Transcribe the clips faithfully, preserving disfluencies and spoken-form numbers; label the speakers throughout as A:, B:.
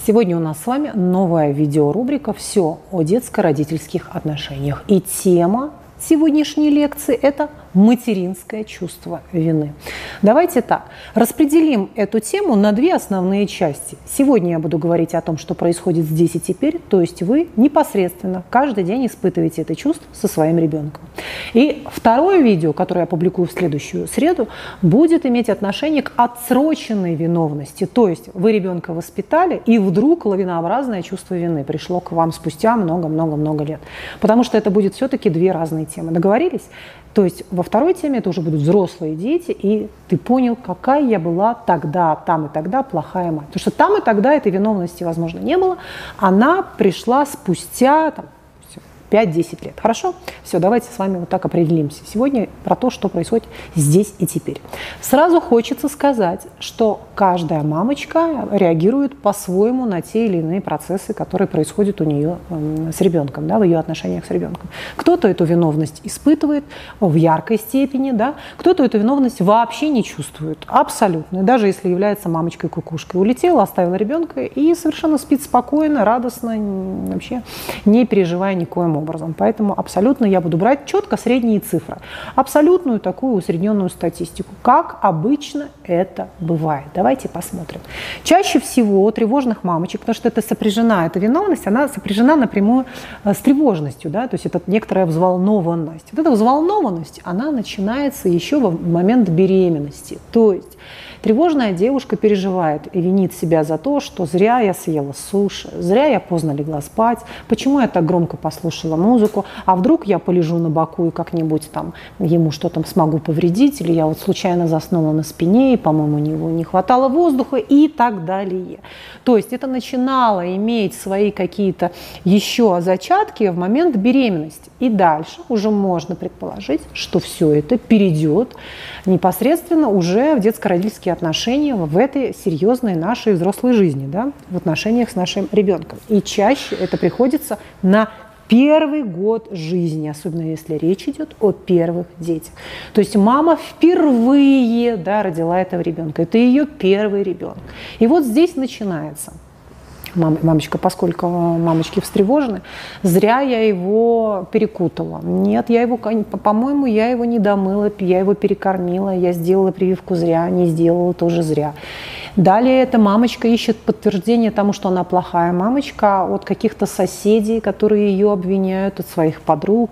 A: Сегодня у нас с вами новая видеорубрика «Все о детско-родительских отношениях». И тема сегодняшней лекции – это материнское чувство вины. Давайте так, распределим эту тему на две основные части. Сегодня я буду говорить о том, что происходит здесь и теперь, то есть вы непосредственно каждый день испытываете это чувство со своим ребенком. И второе видео, которое я публикую в следующую среду, будет иметь отношение к отсроченной виновности. То есть вы ребенка воспитали, и вдруг лавинообразное чувство вины пришло к вам спустя много-много-много лет. Потому что это будет все-таки две разные темы. Договорились? То есть во второй теме это уже будут взрослые дети, и ты понял, какая я была тогда, там и тогда плохая мать. Потому что там и тогда этой виновности, возможно, не было. Она пришла спустя там, пять-десять лет. Хорошо? Все, давайте с вами вот так определимся. Сегодня про то, что происходит здесь и теперь. Сразу хочется сказать, что каждая мамочка реагирует по-своему на те или иные процессы, которые происходят у нее э, с ребенком, да, в ее отношениях с ребенком. Кто-то эту виновность испытывает в яркой степени, да, кто-то эту виновность вообще не чувствует. Абсолютно. Даже если является мамочкой-кукушкой. Улетела, оставила ребенка и совершенно спит спокойно, радостно, вообще не переживая никоим образом. Поэтому абсолютно я буду брать четко средние цифры. Абсолютную такую усредненную статистику. Как обычно это бывает. Давайте посмотрим. Чаще всего у тревожных мамочек, потому что это сопряжена, эта виновность, она сопряжена напрямую с тревожностью. Да? То есть это некоторая взволнованность. Вот эта взволнованность, она начинается еще в момент беременности. То есть тревожная девушка переживает и винит себя за то, что зря я съела суши, зря я поздно легла спать, почему я так громко послушала музыку, а вдруг я полежу на боку и как-нибудь там ему что-то смогу повредить, или я вот случайно заснула на спине, и, по-моему, у него не хватало воздуха и так далее. То есть это начинало иметь свои какие-то еще зачатки в момент беременности. И дальше уже можно предположить, что все это перейдет непосредственно уже в детско-родительские отношения в этой серьезной нашей взрослой жизни, да, в отношениях с нашим ребенком. И чаще это приходится на первый год жизни, особенно если речь идет о первых детях. То есть мама впервые, да, родила этого ребенка. Это ее первый ребенок. И вот здесь начинается. Мам, мамочка, поскольку мамочки встревожены, зря я его перекутала. Нет, я его, по-моему, я его не домыла, я его перекормила, я сделала прививку зря, не сделала тоже зря. Далее эта мамочка ищет подтверждение тому, что она плохая мамочка от каких-то соседей, которые ее обвиняют, от своих подруг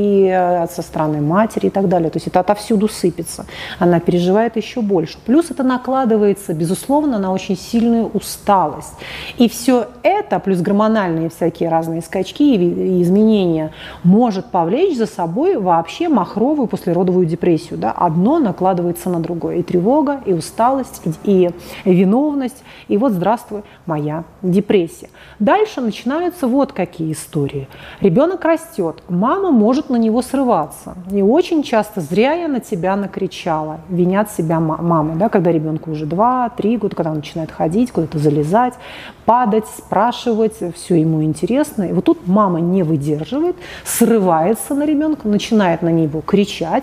A: и со стороны матери и так далее. То есть это отовсюду сыпется. Она переживает еще больше. Плюс это накладывается, безусловно, на очень сильную усталость. И все это, плюс гормональные всякие разные скачки и изменения, может повлечь за собой вообще махровую послеродовую депрессию. Да? Одно накладывается на другое. И тревога, и усталость, и, и виновность. И вот, здравствуй, моя депрессия. Дальше начинаются вот какие истории. Ребенок растет, мама может на него срываться. И очень часто зря я на тебя накричала. Винят себя мамы, да? Когда ребенку уже два-три года, когда он начинает ходить, куда-то залезать, падать, спрашивать, все ему интересно. И вот тут мама не выдерживает, срывается на ребенка, начинает на него кричать,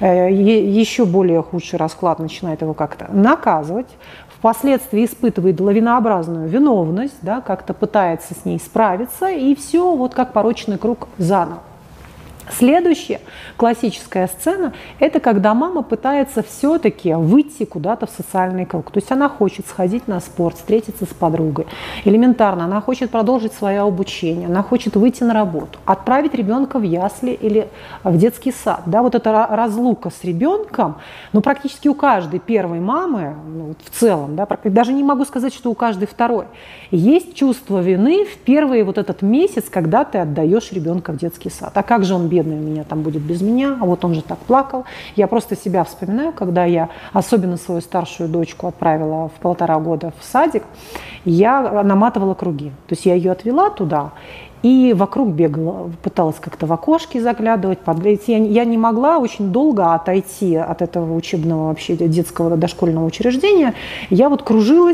A: еще более худший расклад, начинает его как-то наказывать, впоследствии испытывает лавинообразную виновность, да, как-то пытается с ней справиться, и все вот как порочный круг заново. Следующая классическая сцена – это когда мама пытается все-таки выйти куда-то в социальный круг. То есть она хочет сходить на спорт, встретиться с подругой. Элементарно, она хочет продолжить свое обучение, она хочет выйти на работу, отправить ребенка в ясли или в детский сад. Да, вот эта разлука с ребенком, ну, практически у каждой первой мамы, ну, в целом, да, даже не могу сказать, что у каждой второй, есть чувство вины в первый вот этот месяц, когда ты отдаешь ребенка в детский сад. А как же он бедный у меня там будет без меня, а вот он же так плакал. Я просто себя вспоминаю, когда я особенно свою старшую дочку отправила в полтора года в садик, я наматывала круги. То есть я ее отвела туда и вокруг бегала, пыталась как-то в окошки заглядывать, подглядеть. Я, я не могла очень долго отойти от этого учебного вообще детского дошкольного учреждения. Я вот кружилась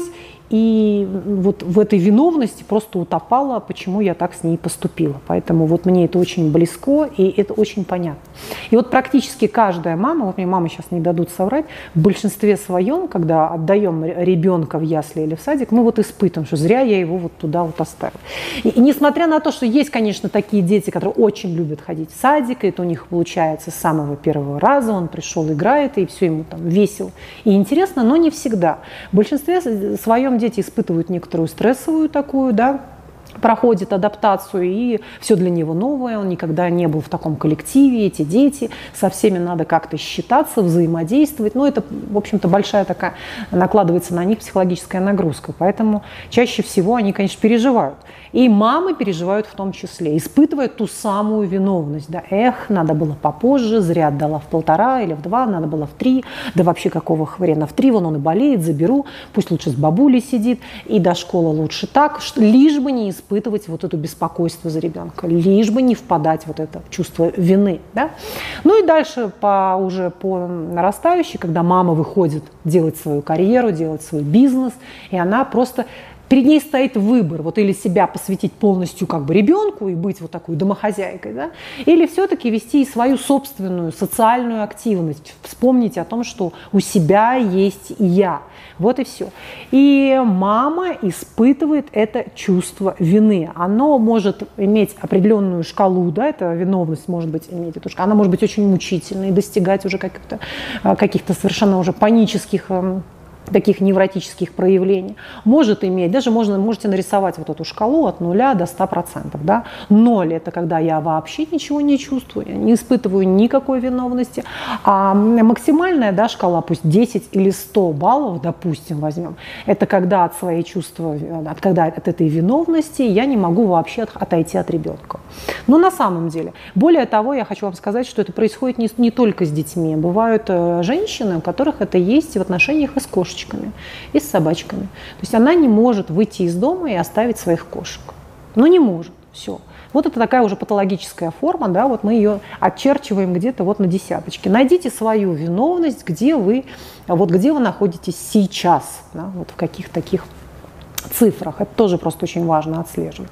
A: и вот в этой виновности просто утопала, почему я так с ней поступила. Поэтому вот мне это очень близко, и это очень понятно. И вот практически каждая мама, вот мне мамы сейчас не дадут соврать, в большинстве своем, когда отдаем ребенка в ясли или в садик, мы вот испытываем, что зря я его вот туда вот оставила. И, и несмотря на то, что есть, конечно, такие дети, которые очень любят ходить в садик, и это у них получается с самого первого раза, он пришел, играет, и все ему там весело и интересно, но не всегда. В большинстве своем дети испытывают некоторую стрессовую такую, да, проходит адаптацию, и все для него новое, он никогда не был в таком коллективе, эти дети, со всеми надо как-то считаться, взаимодействовать, но это, в общем-то, большая такая, накладывается на них психологическая нагрузка, поэтому чаще всего они, конечно, переживают. И мамы переживают в том числе, испытывая ту самую виновность. Да, эх, надо было попозже, зря отдала в полтора или в два, надо было в три, да вообще какого хрена в три, вон он и болеет, заберу, пусть лучше с бабулей сидит, и до школы лучше так, лишь бы не испытывать вот это беспокойство за ребенка, лишь бы не впадать в вот это чувство вины. Да? Ну и дальше по, уже по нарастающей, когда мама выходит делать свою карьеру, делать свой бизнес, и она просто... Перед ней стоит выбор, вот или себя посвятить полностью как бы ребенку и быть вот такой домохозяйкой, да, или все-таки вести и свою собственную социальную активность, вспомнить о том, что у себя есть я. Вот и все. И мама испытывает это чувство вины. Оно может иметь определенную шкалу, да, эта виновность может быть иметь эту шкалу, она может быть очень мучительной, достигать уже каких-то, каких-то совершенно уже панических таких невротических проявлений, может иметь, даже можно, можете нарисовать вот эту шкалу от нуля до ста процентов. Да? Ноль – это когда я вообще ничего не чувствую, не испытываю никакой виновности. А максимальная, да, шкала, пусть десять или сто баллов, допустим, возьмем, это когда от своей чувства, от, когда от этой виновности я не могу вообще от, отойти от ребенка. Но на самом деле, более того, я хочу вам сказать, что это происходит не, не только с детьми. Бывают э, женщины, у которых это есть в отношениях и с кошками, и с собачками. То есть она не может выйти из дома и оставить своих кошек. Ну, не может. Все. Вот это такая уже патологическая форма, да, вот мы ее очерчиваем где-то вот на десяточке. Найдите свою виновность, где вы, вот где вы находитесь сейчас, да, вот в каких таких цифрах. Это тоже просто очень важно отслеживать.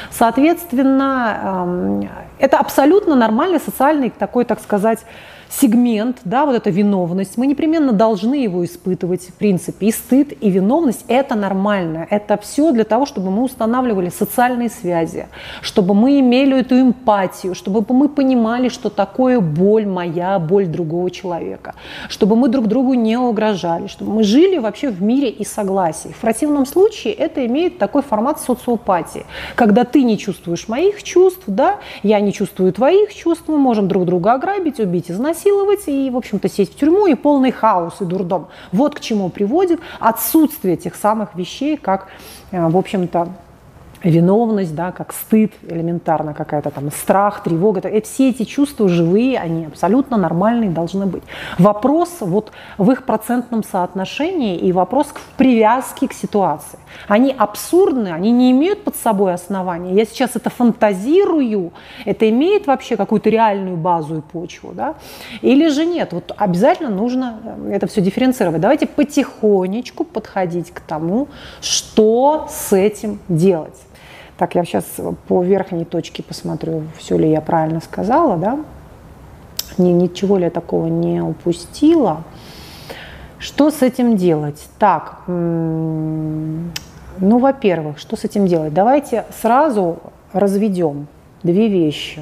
A: Соответственно, это абсолютно нормальный социальный такой, так сказать, сегмент, да, вот эта виновность, мы непременно должны его испытывать, в принципе, и стыд, и виновность, это нормально, это все для того, чтобы мы устанавливали социальные связи, чтобы мы имели эту эмпатию, чтобы мы понимали, что такое боль моя, боль другого человека, чтобы мы друг другу не угрожали, чтобы мы жили вообще в мире и согласии. В противном случае это имеет такой формат социопатии, когда ты не чувствуешь моих чувств, да, я не чувствую твоих чувств, мы можем друг друга ограбить, убить, изнасиловать, и, в общем-то, сесть в тюрьму, и полный хаос и дурдом. Вот к чему приводит отсутствие тех самых вещей, как, в общем-то, виновность, да, как стыд, элементарно какая-то там страх, тревога. Это, все эти чувства живые, они абсолютно нормальные должны быть. Вопрос вот в их процентном соотношении и вопрос в привязке к ситуации. Они абсурдны, они не имеют под собой основания. Я сейчас это фантазирую, это имеет вообще какую-то реальную базу и почву, да? Или же нет? Вот обязательно нужно это все дифференцировать. Давайте потихонечку подходить к тому, что с этим делать. Так, я сейчас по верхней точке посмотрю, все ли я правильно сказала, да? Ничего ли я такого не упустила. Что с этим делать? Так, ну, во-первых, что с этим делать? Давайте сразу разведем две вещи.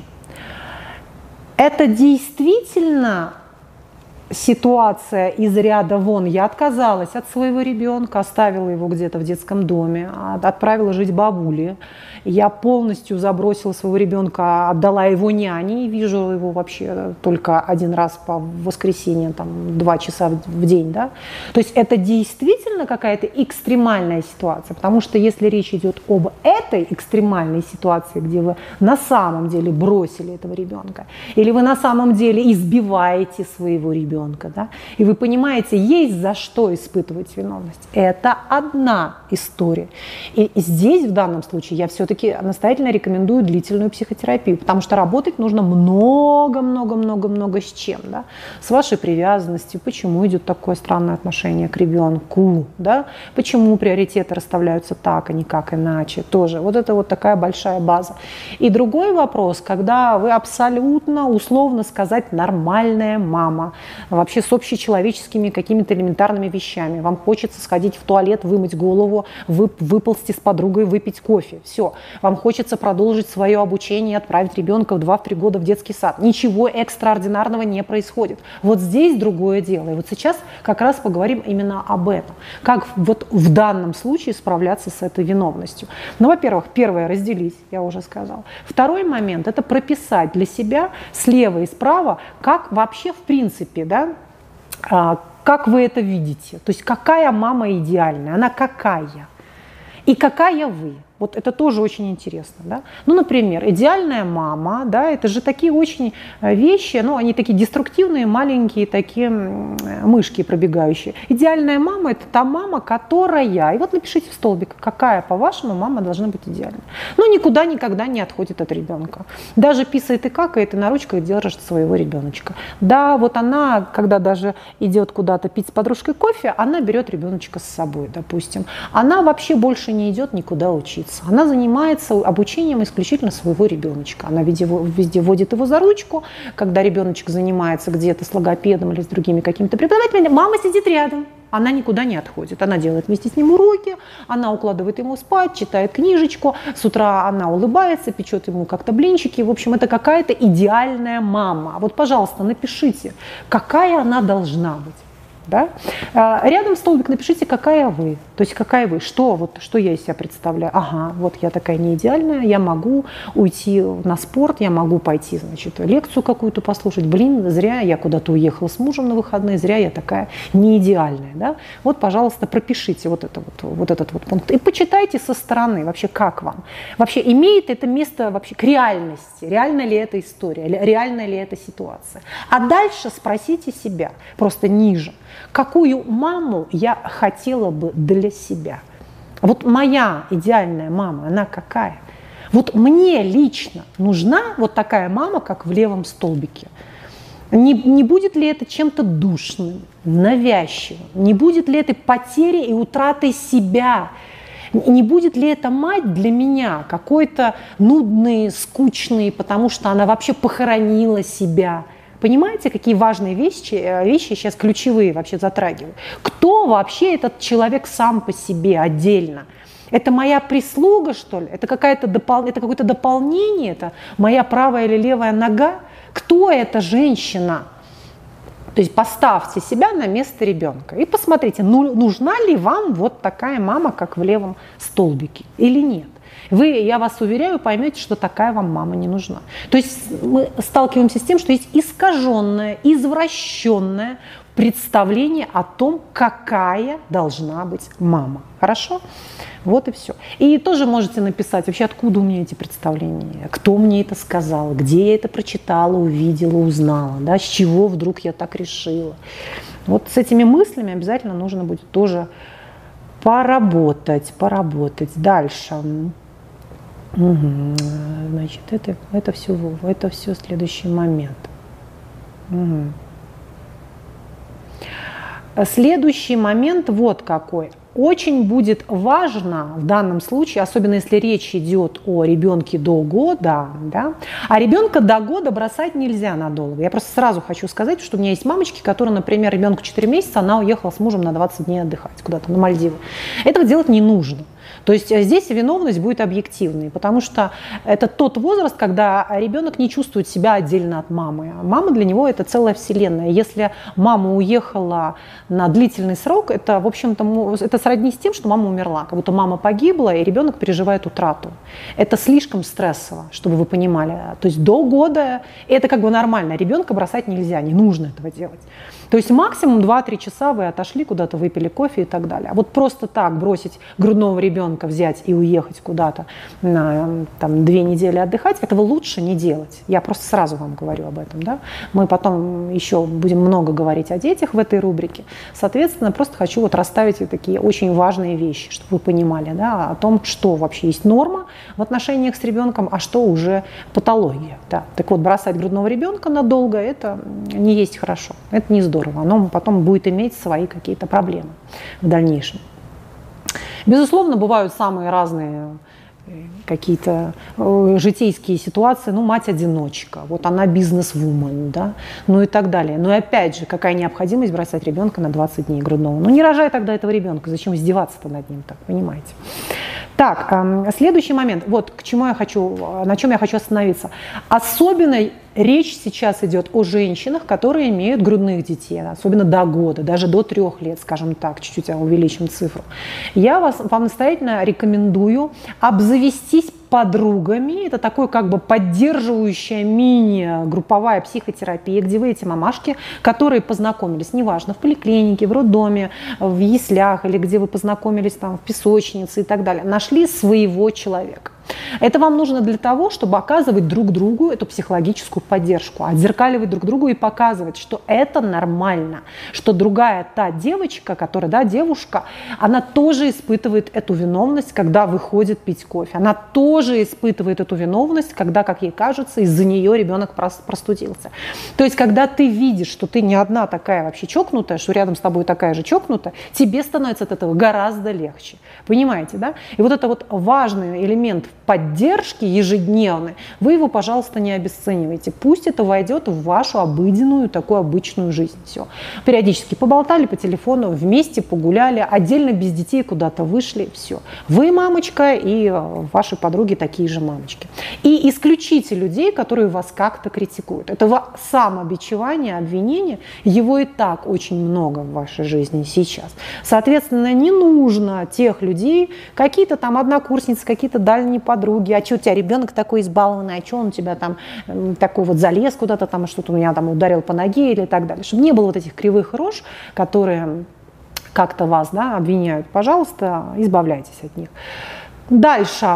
A: Это действительно ситуация из ряда вон. Я отказалась от своего ребенка, оставила его где-то в детском доме, отправила жить бабуле. Я полностью забросила своего ребенка, отдала его няне и вижу его вообще только один раз по воскресеньям, там, два часа в день. Да? То есть это действительно какая-то экстремальная ситуация, потому что если речь идет об этой экстремальной ситуации, где вы на самом деле бросили этого ребенка, или вы на самом деле избиваете своего ребенка, ребенка, да, и вы понимаете, есть за что испытывать виновность. Это одна история. И здесь, в данном случае, я все-таки настоятельно рекомендую длительную психотерапию, потому что работать нужно много-много-много-много-много с чем, да, с вашей привязанностью, почему идет такое странное отношение к ребенку, да, почему приоритеты расставляются так, а не как иначе, тоже. Вот это вот такая большая база. И другой вопрос, когда вы абсолютно, условно сказать, нормальная мама, вообще с общечеловеческими какими-то элементарными вещами. Вам хочется сходить в туалет, вымыть голову, вы, выползти с подругой, выпить кофе. Все. Вам хочется продолжить свое обучение и отправить ребенка в два-три года в детский сад. Ничего экстраординарного не происходит. Вот здесь другое дело. И вот сейчас как раз поговорим именно об этом. Как вот в данном случае справляться с этой виновностью. Ну, во-первых, первое, разделить, я уже сказала. Второй момент – это прописать для себя слева и справа, как вообще в принципе, да, как вы это видите. То есть какая мама идеальная, она какая и какая вы. Вот это тоже очень интересно, да? Ну, например, идеальная мама, да, это же такие очень вещи, ну, они такие деструктивные, маленькие такие мышки пробегающие. Идеальная мама – это та мама, которая, и вот напишите в столбик, какая, по-вашему, мама должна быть идеальной. Ну, никуда никогда не отходит от ребенка. Даже писает и какает, и на ручках держит своего ребеночка. Да, вот она, когда даже идет куда-то пить с подружкой кофе, она берет ребеночка с собой, допустим. Она вообще больше не идет никуда учиться. Она занимается обучением исключительно своего ребеночка. Она везде, везде водит его за ручку. Когда ребеночек занимается где-то с логопедом или с другими какими-то преподавателями, мама сидит рядом. Она никуда не отходит. Она делает вместе с ним уроки, она укладывает его спать, читает книжечку. С утра она улыбается, печет ему как-то блинчики. В общем, это какая-то идеальная мама. Вот, пожалуйста, напишите, какая она должна быть. Да? Рядом столбик напишите, какая вы. То есть какая вы, что, вот, что я из себя представляю. Ага, вот я такая не идеальная, я могу уйти на спорт, я могу пойти, значит, лекцию какую-то послушать. Блин, зря я куда-то уехала с мужем на выходные, зря я такая не идеальная. Да? Вот, пожалуйста, пропишите вот, это вот, вот этот вот пункт. И почитайте со стороны, вообще как вам. Вообще имеет это место вообще к реальности. Реальна ли эта история, реальна ли эта ситуация. А дальше спросите себя, просто ниже. Какую маму я хотела бы для себя? Вот моя идеальная мама, она какая? Вот мне лично нужна вот такая мама, как в левом столбике. Не, не будет ли это чем-то душным, навязчивым? Не будет ли это потерей и утратой себя? Не будет ли эта мать для меня какой-то нудный, скучный, потому что она вообще похоронила себя? Понимаете, какие важные вещи, вещи сейчас ключевые вообще затрагиваю? Кто вообще этот человек сам по себе отдельно? Это моя прислуга, что ли? Это, какая-то допол... это какое-то дополнение? Это моя правая или левая нога? Кто эта женщина? То есть поставьте себя на место ребенка и посмотрите, ну, нужна ли вам вот такая мама, как в левом столбике, или нет. Вы, я вас уверяю, поймете, что такая вам мама не нужна. То есть мы сталкиваемся с тем, что есть искаженное, извращенное представление о том, какая должна быть мама. Хорошо? Вот и все. И тоже можете написать, вообще, откуда у меня эти представления, кто мне это сказал, где я это прочитала, увидела, узнала, да, с чего вдруг я так решила. Вот с этими мыслями обязательно нужно будет тоже поработать, поработать. Дальше. Угу. Значит, это, это, все, это все следующий момент. Угу. Следующий момент вот какой. Очень будет важно в данном случае, особенно если речь идет о ребенке до года, да, а ребенка до года бросать нельзя надолго. Я просто сразу хочу сказать, что у меня есть мамочки, которые, например, ребенку четыре месяца, она уехала с мужем на двадцать дней отдыхать куда-то на Мальдивы. Этого делать не нужно. То есть здесь виновность будет объективной, потому что это тот возраст, когда ребенок не чувствует себя отдельно от мамы. Мама для него – это целая вселенная. Если мама уехала на длительный срок, это, в общем-то, это сродни с тем, что мама умерла, как будто мама погибла, и ребенок переживает утрату. Это слишком стрессово, чтобы вы понимали. То есть до года это как бы нормально. Ребенка бросать нельзя, не нужно этого делать. То есть максимум два-три часа вы отошли куда-то, выпили кофе и так далее. А вот просто так бросить грудного ребенка ребенка взять и уехать куда-то на там, две недели отдыхать, этого лучше не делать. Я просто сразу вам говорю об этом. Да? Мы потом еще будем много говорить о детях в этой рубрике. Соответственно, просто хочу вот расставить такие очень важные вещи, чтобы вы понимали, да, о том, что вообще есть норма в отношениях с ребенком, а что уже патология. Да. Так вот, бросать грудного ребенка надолго – это не есть хорошо, это не здорово. Оно потом будет иметь свои какие-то проблемы в дальнейшем. Безусловно, бывают самые разные какие-то э, житейские ситуации, ну, мать-одиночка, вот она бизнес-вумен, да, ну и так далее. Но и опять же, какая необходимость бросать ребенка на двадцать дней грудного? Ну, не рожай тогда этого ребенка, зачем издеваться-то над ним так, понимаете? Так, э, следующий момент, вот к чему я хочу, на чем я хочу остановиться. Особенно речь сейчас идет о женщинах, которые имеют грудных детей, особенно до года, даже до трех лет, скажем так, чуть-чуть увеличим цифру. Я вас, вам настоятельно рекомендую обзавестись подругами. Это такое как бы поддерживающая мини-групповая психотерапия, где вы, эти мамашки, которые познакомились, неважно, в поликлинике, в роддоме, в яслях, или где вы познакомились там в песочнице и так далее, нашли своего человека. Это вам нужно для того, чтобы оказывать друг другу эту психологическую поддержку, отзеркаливать друг другу и показывать, что это нормально, что другая та девочка, которая, да, девушка, она тоже испытывает эту виновность, когда выходит пить кофе. Она тоже испытывает эту виновность, когда, как ей кажется, из-за нее ребенок простудился. То есть, когда ты видишь, что ты не одна такая вообще чокнутая, что рядом с тобой такая же чокнутая, тебе становится от этого гораздо легче. Понимаете, да? И вот это вот важный элемент поддержки ежедневной, вы его, пожалуйста, не обесценивайте. Пусть это войдет в вашу обыденную, такую обычную жизнь. Все. Периодически поболтали по телефону, вместе погуляли, отдельно без детей куда-то вышли, все. Вы мамочка, и ваши подруги такие же мамочки. И исключите людей, которые вас как-то критикуют. Это самобичевание, обвинение, его и так очень много в вашей жизни сейчас. Соответственно, не нужно тех людей, какие-то там однокурсницы, какие-то дальние подруги, а что у тебя ребенок такой избалованный, а что он у тебя там такой вот залез куда-то там, что-то у меня там ударил по ноге или так далее. Чтобы не было вот этих кривых рож, которые как-то вас, да, обвиняют, пожалуйста, избавляйтесь от них. Дальше.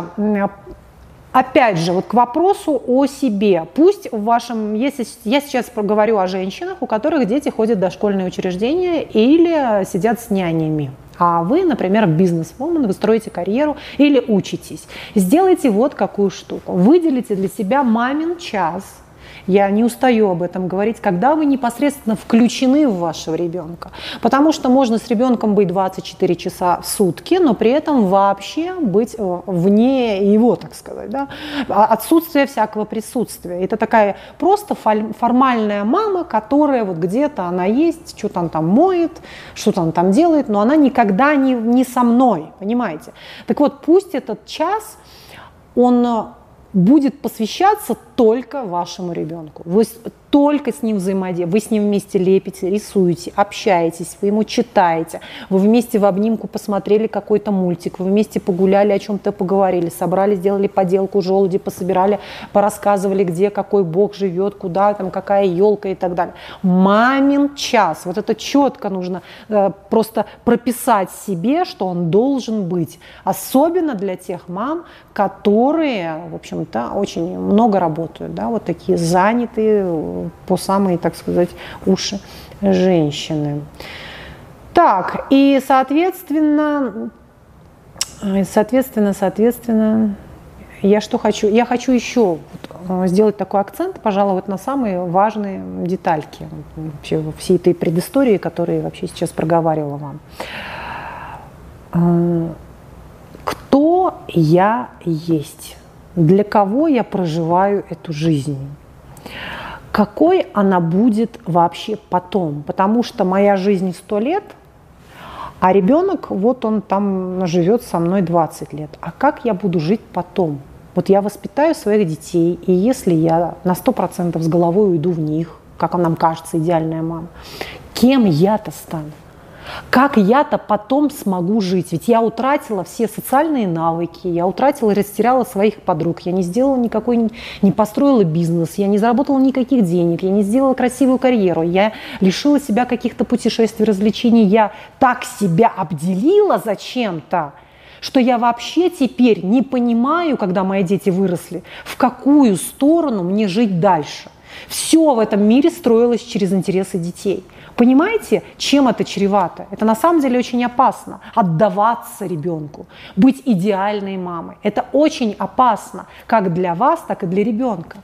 A: Опять же, вот к вопросу о себе. Пусть в вашем, если я сейчас говорю о женщинах, у которых дети ходят в дошкольные учреждения или сидят с нянями, а вы, например, бизнес-вумен, вы строите карьеру или учитесь. Сделайте вот какую штуку. Выделите для себя мамин час. Я не устаю об этом говорить, когда вы непосредственно включены в вашего ребенка. Потому что можно с ребенком быть двадцать четыре часа в сутки, но при этом вообще быть вне его, так сказать. Да? Отсутствие всякого присутствия. Это такая просто формальная мама, которая вот где-то она есть, что-то он там моет, что-то он там делает, но она никогда не, не со мной, понимаете? Так вот, пусть этот час, он будет посвящаться только вашему ребенку. Вы только с ним взаимодействуете, вы с ним вместе лепите, рисуете, общаетесь, вы ему читаете, вы вместе в обнимку посмотрели какой-то мультик, вы вместе погуляли, о чем-то поговорили, собрали, сделали поделку, желуди пособирали, порассказывали, где какой бог живет, куда, там, какая елка и так далее. Мамин час. Вот это четко нужно э, просто прописать себе, что он должен быть. Особенно для тех мам, которые, в общем-то, очень много работают, да, вот такие занятые по самые, так сказать, уши женщины. Так, и, соответственно, соответственно, соответственно, я что хочу? Я хочу еще сделать такой акцент, пожалуй, вот на самые важные детальки вообще всей этой предыстории, которую я вообще сейчас проговаривала вам. Кто я есть? Для кого я проживаю эту жизнь? Какой она будет вообще потом? Потому что моя жизнь сто лет, а ребенок, вот он там живет со мной двадцать лет. А как я буду жить потом? Вот я воспитаю своих детей, и если я на сто процентов с головой уйду в них, как нам кажется, идеальная мама, кем я-то стану? Как я-то потом смогу жить? Ведь я утратила все социальные навыки, я утратила и растеряла своих подруг, я не сделала никакой, не построила бизнес, я не заработала никаких денег, я не сделала красивую карьеру, я лишила себя каких-то путешествий, развлечений, я так себя обделила зачем-то, что я вообще теперь не понимаю, когда мои дети выросли, в какую сторону мне жить дальше. Все в этом мире строилось через интересы детей. Понимаете, чем это чревато? Это на самом деле очень опасно. Отдаваться ребенку, быть идеальной мамой. Это очень опасно как для вас, так и для ребенка.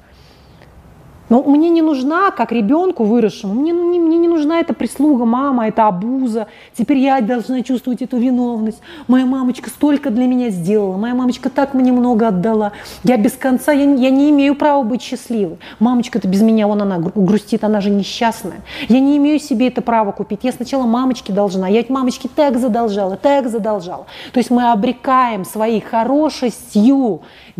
A: Но мне не нужна, как ребенку выросшему, мне, мне, мне не нужна эта прислуга, мама, это обуза. Теперь я должна чувствовать эту виновность. Моя мамочка столько для меня сделала, моя мамочка так мне много отдала. Я без конца, я, я не имею права быть счастливой. Мамочка-то без меня, вон она грустит, она же несчастная. Я не имею себе это право купить. Я сначала мамочке должна, я мамочке так задолжала, так задолжала. То есть мы обрекаем своей хорошестью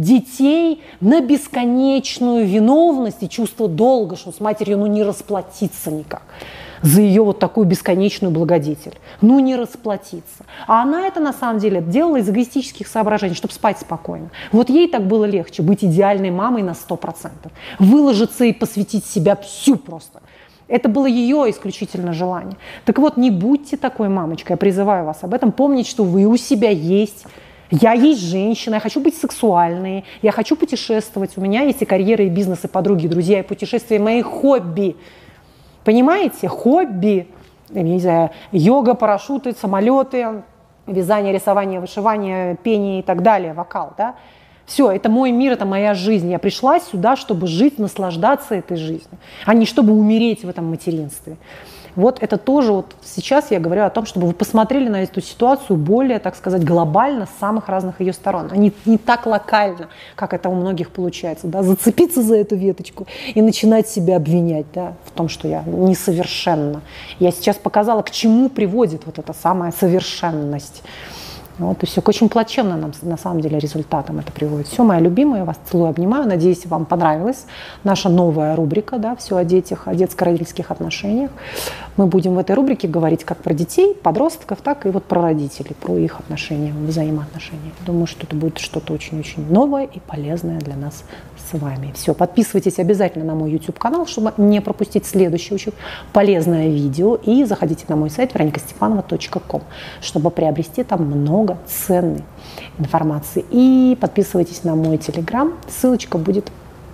A: детей на бесконечную виновность и чувство долга, что с матерью ну не расплатиться никак за ее вот такую бесконечную благодетель. Ну не расплатиться. А она это на самом деле делала из эгоистических соображений, чтобы спать спокойно. Вот ей так было легче быть идеальной мамой на сто процентов. Выложиться и посвятить себя всю просто. Это было ее исключительно желание. Так вот, не будьте такой мамочкой, я призываю вас об этом. Помнить, что вы у себя есть. Я есть женщина, я хочу быть сексуальной, я хочу путешествовать. У меня есть и карьера, и бизнес, и подруги, и друзья, и путешествия, и мои хобби. Понимаете? Хобби. Я не знаю, йога, парашюты, самолеты, вязание, рисование, вышивание, пение и так далее, вокал. Да? Все, это мой мир, это моя жизнь. Я пришла сюда, чтобы жить, наслаждаться этой жизнью, а не чтобы умереть в этом материнстве. Вот это тоже вот сейчас я говорю о том, чтобы вы посмотрели на эту ситуацию более, так сказать, глобально с самых разных ее сторон, а не, не так локально, как это у многих получается, да, зацепиться за эту веточку и начинать себя обвинять, да, в том, что я несовершенна. Я сейчас показала, к чему приводит вот эта самая совершенность. Вот, и все к очень плачевным нам, на самом деле, результатам это приводит. Все, моя любимая, я вас целую, обнимаю. Надеюсь, вам понравилась наша новая рубрика, да, «Все о детях», о детско-родительских отношениях. Мы будем в этой рубрике говорить как про детей, подростков, так и вот про родителей, про их отношения, взаимоотношения. Думаю, что это будет что-то очень-очень новое и полезное для нас с вами. Все, подписывайтесь обязательно на мой YouTube-канал, чтобы не пропустить следующее очень полезное видео. И заходите на мой сайт вероника степанова точка ком, чтобы приобрести там много ценной информации. И подписывайтесь на мой Telegram. Ссылочка будет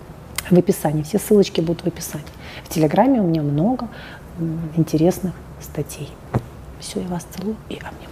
A: в описании. Все ссылочки будут в описании. В Телеграме у меня много интересных статей. Все, я вас целую и обнимаю.